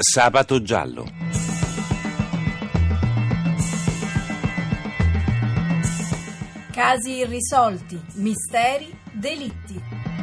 Sabato giallo. Casi irrisolti, misteri, delitti.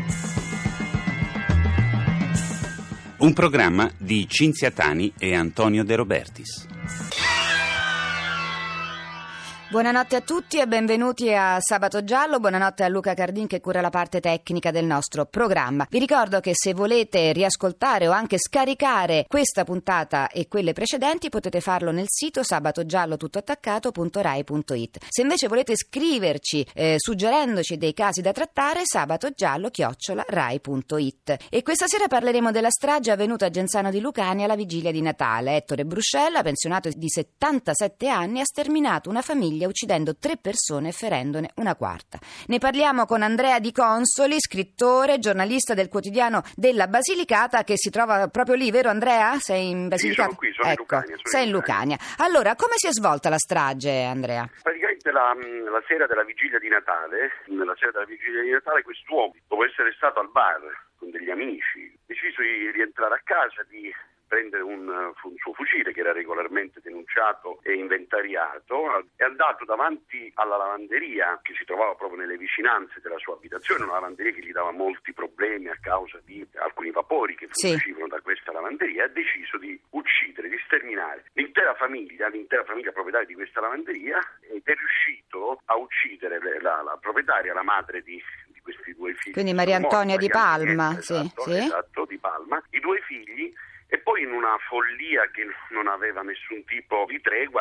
Un programma di Cinzia Tani e Antonio De Robertis. Buonanotte a tutti e benvenuti a Sabato Giallo. Buonanotte a Luca Cardin che cura la parte tecnica del nostro programma. Vi ricordo che se volete riascoltare o anche scaricare questa puntata e quelle precedenti potete farlo nel sito sabatogiallotuttoattaccato.rai.it. Se invece volete scriverci suggerendoci dei casi da trattare, sabatogiallo@rai.it. E questa sera parleremo della strage avvenuta a Genzano di Lucania alla vigilia di Natale. Ettore Bruscella, pensionato di 77 anni, ha sterminato una famiglia uccidendo 3 persone e ferendone una quarta. Ne parliamo con Andrea Di Consoli, scrittore, giornalista del quotidiano della Basilicata, che si trova proprio lì, vero Andrea? Sei in Basilicata? Sì, sono qui, sono in Lucania. Sei in Lucania. Allora, come si è svolta la strage, Andrea? Praticamente la sera della vigilia di Natale, quest'uomo, dopo essere stato al bar con degli amici, ha deciso di rientrare a casa, di prendere un suo fucile che era regolarmente denunciato e inventariato. È andato davanti alla lavanderia che si trovava proprio nelle vicinanze della sua abitazione, una lavanderia che gli dava molti problemi a causa di alcuni vapori che uscivano da questa lavanderia. Ha deciso di uccidere, di sterminare l'intera famiglia proprietaria di questa lavanderia, ed è riuscito a uccidere la proprietaria, la madre di questi 2 figli. Quindi Maria Antonia Di Palma. Esatto, Di Palma, i 2 figli. E poi, in una follia che non aveva nessun tipo di tregua,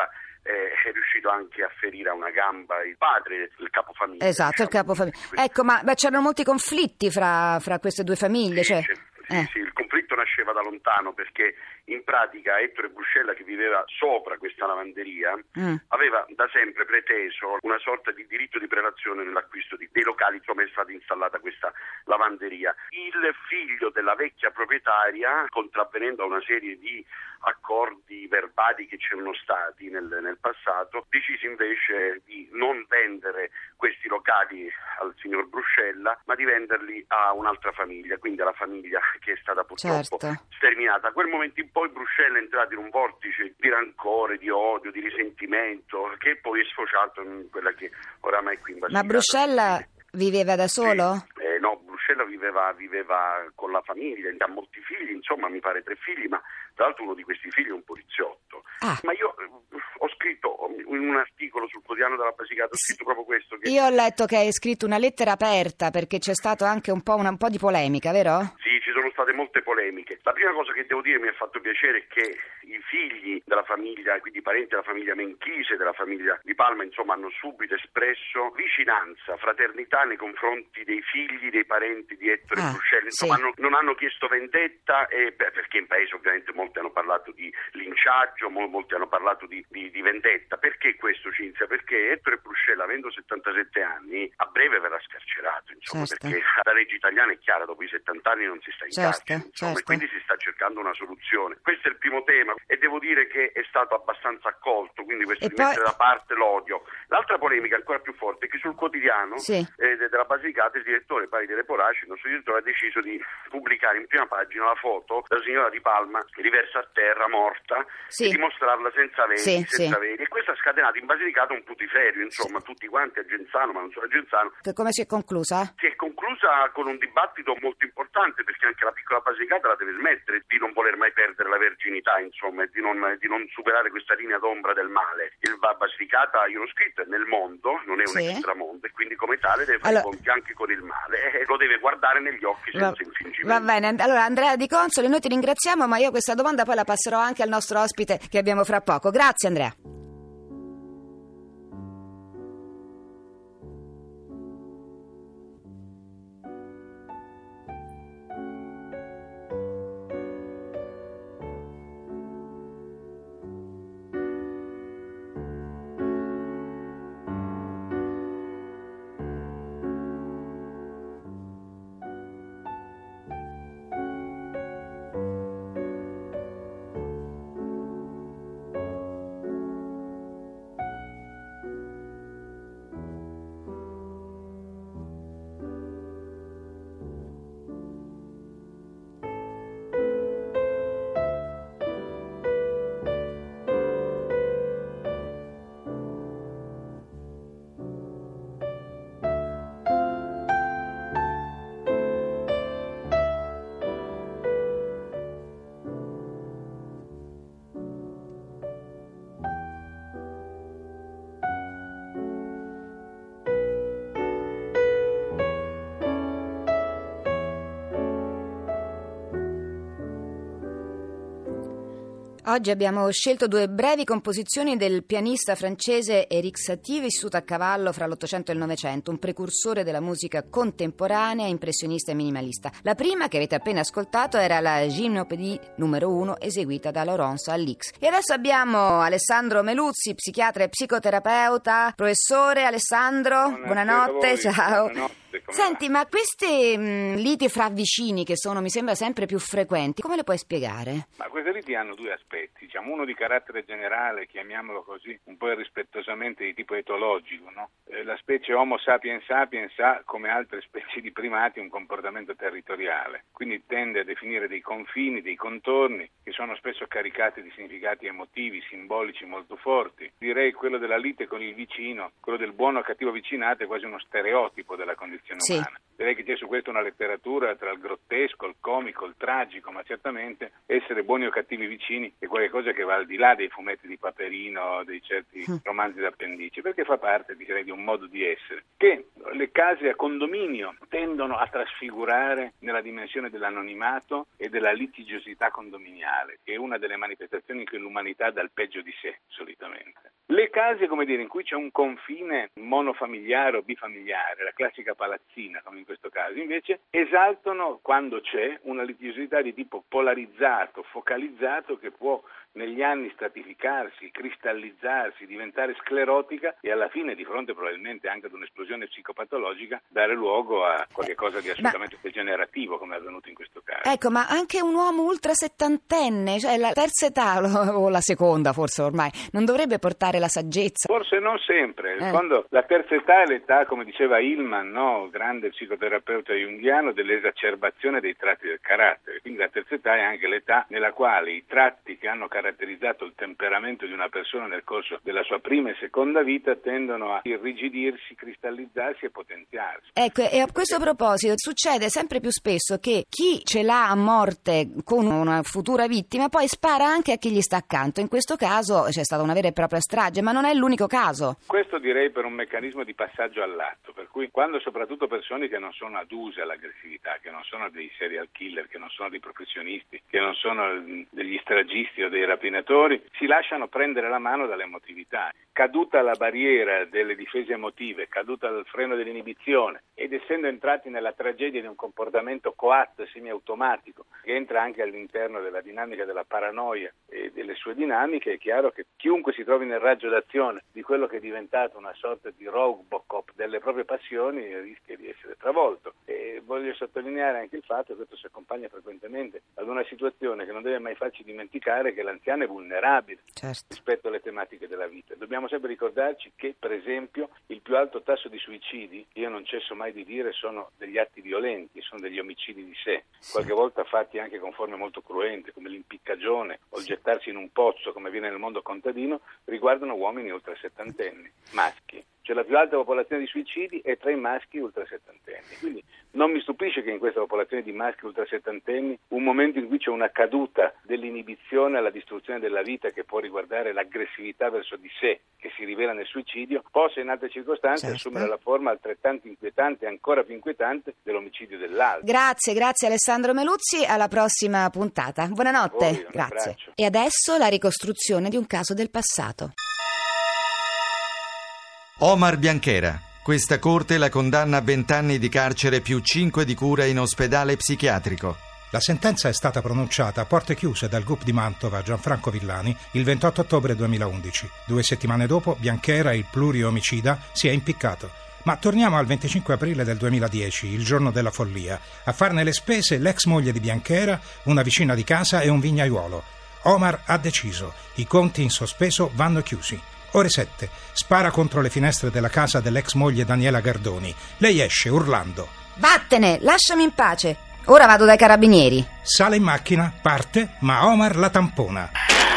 è riuscito anche a ferire a una gamba il padre, il capofamiglia. Esatto, il capofamiglia. Ecco, ma c'erano molti conflitti fra queste 2 famiglie? Sì, il conflitto nasceva da lontano, perché in pratica Ettore Bruscella, che viveva sopra questa lavanderia, aveva da sempre preteso una sorta di diritto di prelazione nell'acquisto dei locali dove è stata installata questa lavanderia. Il figlio della vecchia proprietaria, contravvenendo a una serie di accordi verbali che c'erano stati nel passato, decise invece di non vendere questi locali al signor Bruscella, ma di venderli a un'altra famiglia, quindi alla famiglia che è stata purtroppo sterminata. A quel momento in poi Bruscella è entrato in un vortice di rancore, di odio, di risentimento, che poi è sfociato in quella che oramai qui in Basilicata. Ma Bruscella viveva da solo? Sì. No, Bruscella viveva con la famiglia, ha molti figli, insomma mi pare 3 figli, ma tra l'altro uno di questi figli è un poliziotto. Ma io ho scritto in un articolo sul quotidiano della Basilicata, ho scritto proprio questo. Io ho letto che hai scritto una lettera aperta, perché c'è stato anche un po' di polemica, vero? Sì, ci sono state molte polemiche. La prima cosa che devo dire, mi ha fatto piacere, è che i figli della famiglia, quindi i parenti della famiglia Menchise, della famiglia Di Palma, insomma, hanno subito espresso vicinanza, fraternità nei confronti dei figli, dei parenti di Ettore Bruscella. Insomma, non hanno chiesto vendetta, perché in paese ovviamente molti hanno parlato di linciaggio, molti hanno parlato di vendetta. Perché questo, Cinzia? Perché Ettore Bruscella, avendo 77 anni, a breve verrà scarcerato, insomma, perché la legge italiana è chiara, dopo i 70 anni non si sta in carcere, insomma, e quindi si sta cercando una soluzione. Questo è il primo tema, e devo dire che è stato abbastanza accolto, quindi questo di mettere da parte l'odio. L'altra polemica ancora più forte è che sul quotidiano della Basilicata il direttore Pari delle Poraci, il nostro direttore, ha deciso di pubblicare in prima pagina la foto della signora Di Palma riversa a terra, morta, e di mostrarla senza veli. E questo ha scatenato in Basilicata un putiferio, insomma, tutti quanti a Genzano, ma non solo a Genzano. Come si è conclusa? Si è conclusa con un dibattito molto importante, perché anche la piccola Basilicata la deve smettere di non voler mai perdere la verginità, insomma, e di non superare questa linea d'ombra del male. Il Basilicata, io l'ho scritto, è nel mondo, non è un extramondo, e quindi come tale deve fare i conti anche con il male, e lo deve guardare negli occhi senza infingimento. Va bene, allora Andrea Di Consoli, noi ti ringraziamo, ma io questa domanda poi la passerò anche al nostro ospite che abbiamo fra poco. Grazie Andrea. Oggi abbiamo scelto 2 brevi composizioni del pianista francese Éric Satie, vissuto a cavallo fra l'Ottocento e il Novecento, un precursore della musica contemporanea, impressionista e minimalista. La prima, che avete appena ascoltato, era la Gymnopédie numero 1, eseguita da Laurence Alix. E adesso abbiamo Alessandro Meluzzi, psichiatra e psicoterapeuta. Professore Alessandro, buonanotte, ciao. Buonanotte. Senti, ma queste liti fra vicini, che sono, mi sembra, sempre più frequenti, come le puoi spiegare? Ma queste liti hanno 2 aspetti, diciamo uno di carattere generale, chiamiamolo così, un po' irrispettosamente di tipo etologico, no? La specie Homo sapiens sapiens ha, come altre specie di primati, un comportamento territoriale, quindi tende a definire dei confini, dei contorni, che sono spesso caricati di significati emotivi, simbolici molto forti. Direi quello della lite con il vicino, quello del buono o cattivo vicinato è quasi uno stereotipo della condizione umana. Direi che c'è su questo una letteratura tra il grottesco, il comico, il tragico, ma certamente essere buoni o cattivi vicini è qualcosa che va al di là dei fumetti di Paperino, dei certi romanzi d'appendice, perché fa parte, direi, di un modo di essere che le case a condominio tendono a trasfigurare nella dimensione dell'anonimato e della litigiosità condominiale, che è una delle manifestazioni che l'umanità dà il peggio di sé, solitamente. Le case, come dire, in cui c'è un confine monofamiliare o bifamiliare, la classica palazzina, come in questo caso, invece esaltano, quando c'è, una litigiosità di tipo polarizzato, focalizzato, che può negli anni stratificarsi, cristallizzarsi, diventare sclerotica e alla fine, di fronte probabilmente anche ad un'esplosione psicopatologica, dare luogo a qualcosa di assolutamente degenerativo, come è avvenuto in questo caso. Ecco, ma anche un uomo ultrasettantenne, cioè la terza età o la seconda forse ormai, non dovrebbe portare la saggezza? Forse non sempre. Quando la terza età è l'età, come diceva Hillman, no? Grande psicoterapeuta junghiano, dell'esacerbazione dei tratti del carattere. Quindi la terza età è anche l'età nella quale i tratti che hanno caratterizzato il temperamento di una persona nel corso della sua prima e seconda vita tendono a irrigidirsi, cristallizzarsi e potenziarsi. Ecco, e a questo proposito succede sempre più spesso che chi ce l'ha a morte con una futura vittima poi spara anche a chi gli sta accanto. In questo caso c'è stata una vera e propria strage, ma non è l'unico caso. Questo direi per un meccanismo di passaggio all'atto, per cui quando soprattutto persone che non sono aduse all'aggressività, che non sono dei serial killer, che non sono dei professionisti, che non sono degli stragisti o dei rapinatori, si lasciano prendere la mano dall'emotività. Caduta la barriera delle difese emotive, caduta il freno dell'inibizione ed essendo entrati nella tragedia di un comportamento coatto e semiautomatico che entra anche all'interno della dinamica della paranoia e delle sue dinamiche, è chiaro che chiunque si trovi nel raggio d'azione di quello che è diventato una sorta di Robocop delle proprie passioni rischia di essere travolto. E voglio sottolineare anche il fatto che questo si accompagna frequentemente ad una situazione che non deve mai farci dimenticare che l'anziano è vulnerabile rispetto alle tematiche della vita. Dobbiamo sempre ricordarci che, per esempio, il più alto tasso di suicidi, io non cesso mai di dire, sono degli atti violenti, sono degli omicidi di sé, qualche volta fatti anche con forme molto cruente, come l'impiccagione o il gettarsi in un pozzo, come avviene nel mondo contadino, riguardano uomini ultrasettantenni, maschi. Cioè la più alta popolazione di suicidi è tra i maschi ultrasettantenni. Quindi non mi stupisce che in questa popolazione di maschi ultrasettantenni, un momento in cui c'è una caduta dell'inibizione alla distruzione della vita che può riguardare l'aggressività verso di sé, che si rivela nel suicidio, possa in altre circostanze assumere la forma altrettanto inquietante e ancora più inquietante dell'omicidio dell'altro. Grazie Alessandro Meluzzi, alla prossima puntata. Buonanotte. Grazie. Abbraccio. E adesso la ricostruzione di un caso del passato. Omar Bianchera. Questa corte la condanna a 20 anni di carcere più 5 di cura in ospedale psichiatrico. La sentenza è stata pronunciata a porte chiuse dal GUP di Mantova, Gianfranco Villani, il 28 ottobre 2011. 2 settimane dopo, Bianchera, il pluriomicida, si è impiccato. Ma torniamo al 25 aprile del 2010, il giorno della follia. A farne le spese l'ex moglie di Bianchera, una vicina di casa e un vignaiuolo. Omar ha deciso. I conti in sospeso vanno chiusi. Ore 7. Spara contro le finestre della casa dell'ex moglie Daniela Gardoni. Lei esce urlando. Vattene, lasciami in pace. Ora vado dai carabinieri. Sale in macchina, parte, ma Omar la tampona.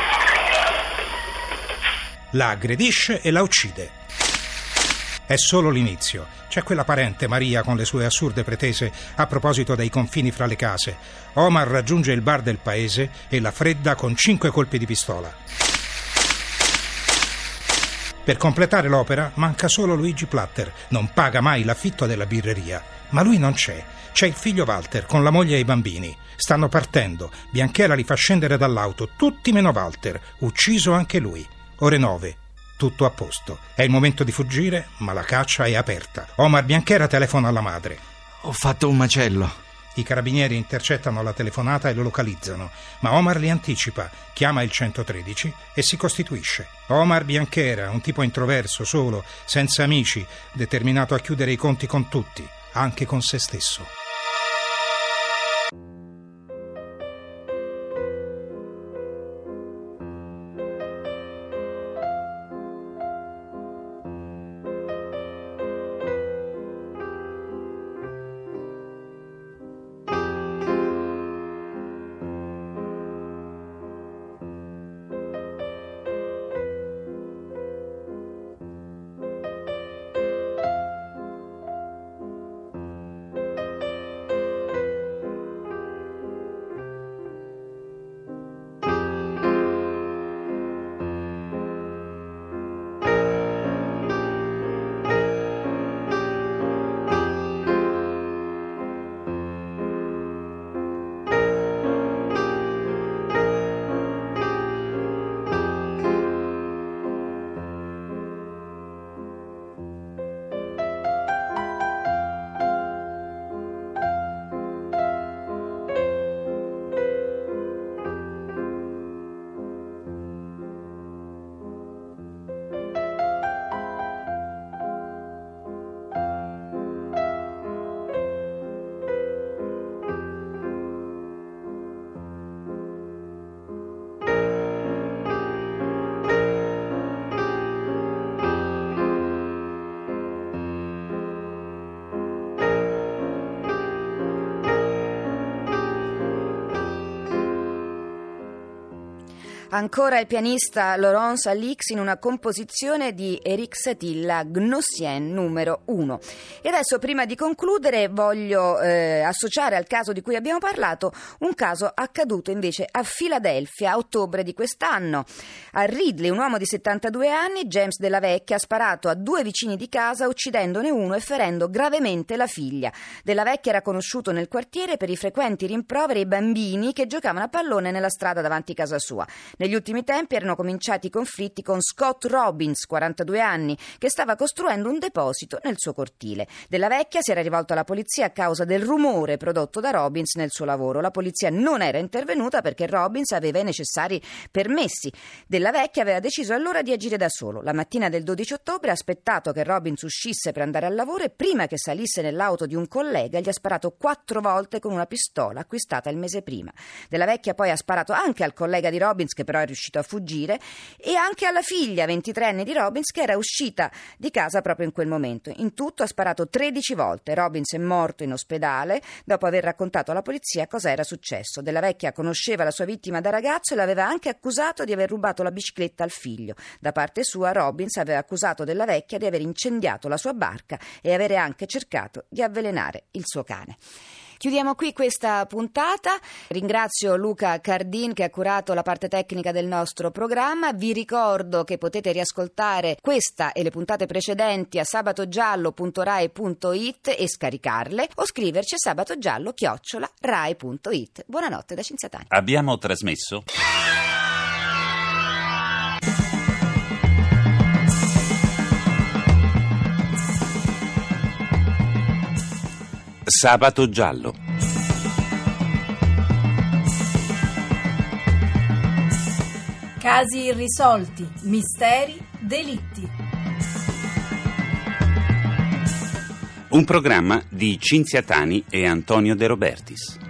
La aggredisce e la uccide. È solo l'inizio. C'è quella parente, Maria, con le sue assurde pretese a proposito dei confini fra le case. Omar raggiunge il bar del paese e la fredda con 5 colpi di pistola. Per completare l'opera manca solo Luigi Platter, non paga mai l'affitto della birreria. Ma lui non c'è. C'è il figlio Walter con la moglie e i bambini. Stanno partendo. Bianchera li fa scendere dall'auto, tutti meno Walter, ucciso anche lui. Ore 9. Tutto a posto. È il momento di fuggire, ma la caccia è aperta. Omar Bianchera telefona alla madre. Ho fatto un macello. I carabinieri intercettano la telefonata e lo localizzano, ma Omar li anticipa, chiama il 113 e si costituisce. Omar Bianchera, un tipo introverso, solo, senza amici, determinato a chiudere i conti con tutti, anche con se stesso. Ancora il pianista Laurence Alix in una composizione di Éric Satie, Gnossienne numero 1. E adesso, prima di concludere, voglio associare al caso di cui abbiamo parlato un caso accaduto invece a Filadelfia a ottobre di quest'anno. A Ridley, un uomo di 72 anni, James Della Vecchia, ha sparato a 2 vicini di casa, uccidendone uno e ferendo gravemente la figlia. Della Vecchia era conosciuto nel quartiere per i frequenti rimproveri ai bambini che giocavano a pallone nella strada davanti a casa sua. Negli ultimi tempi erano cominciati i conflitti con Scott Robbins, 42 anni, che stava costruendo un deposito nel suo cortile. Della Vecchia si era rivolto alla polizia a causa del rumore prodotto da Robbins nel suo lavoro. La polizia non era intervenuta perché Robbins aveva i necessari permessi. Della Vecchia aveva deciso allora di agire da solo. La mattina del 12 ottobre ha aspettato che Robbins uscisse per andare al lavoro e prima che salisse nell'auto di un collega gli ha sparato 4 volte con una pistola acquistata il mese prima. Della Vecchia poi ha sparato anche al collega di Robbins, che però è riuscito a fuggire, e anche alla figlia 23enne di Robbins, che era uscita di casa proprio in quel momento. In tutto ha sparato 13 volte. Robbins è morto in ospedale dopo aver raccontato alla polizia cosa era successo. Della Vecchia conosceva la sua vittima da ragazzo e l'aveva anche accusato di aver rubato la bicicletta al figlio. Da parte sua, Robbins aveva accusato Della Vecchia di aver incendiato la sua barca e avere anche cercato di avvelenare il suo cane. Chiudiamo qui questa puntata. Ringrazio Luca Cardin che ha curato la parte tecnica del nostro programma. Vi ricordo che potete riascoltare questa e le puntate precedenti a sabatogiallo.rai.it e scaricarle, o scriverci a sabatogiallo@rai.it. Buonanotte da Cinzia Tani. Abbiamo trasmesso Sabato Giallo. Casi irrisolti, misteri, delitti. Un programma di Cinzia Tani e Antonio De Robertis.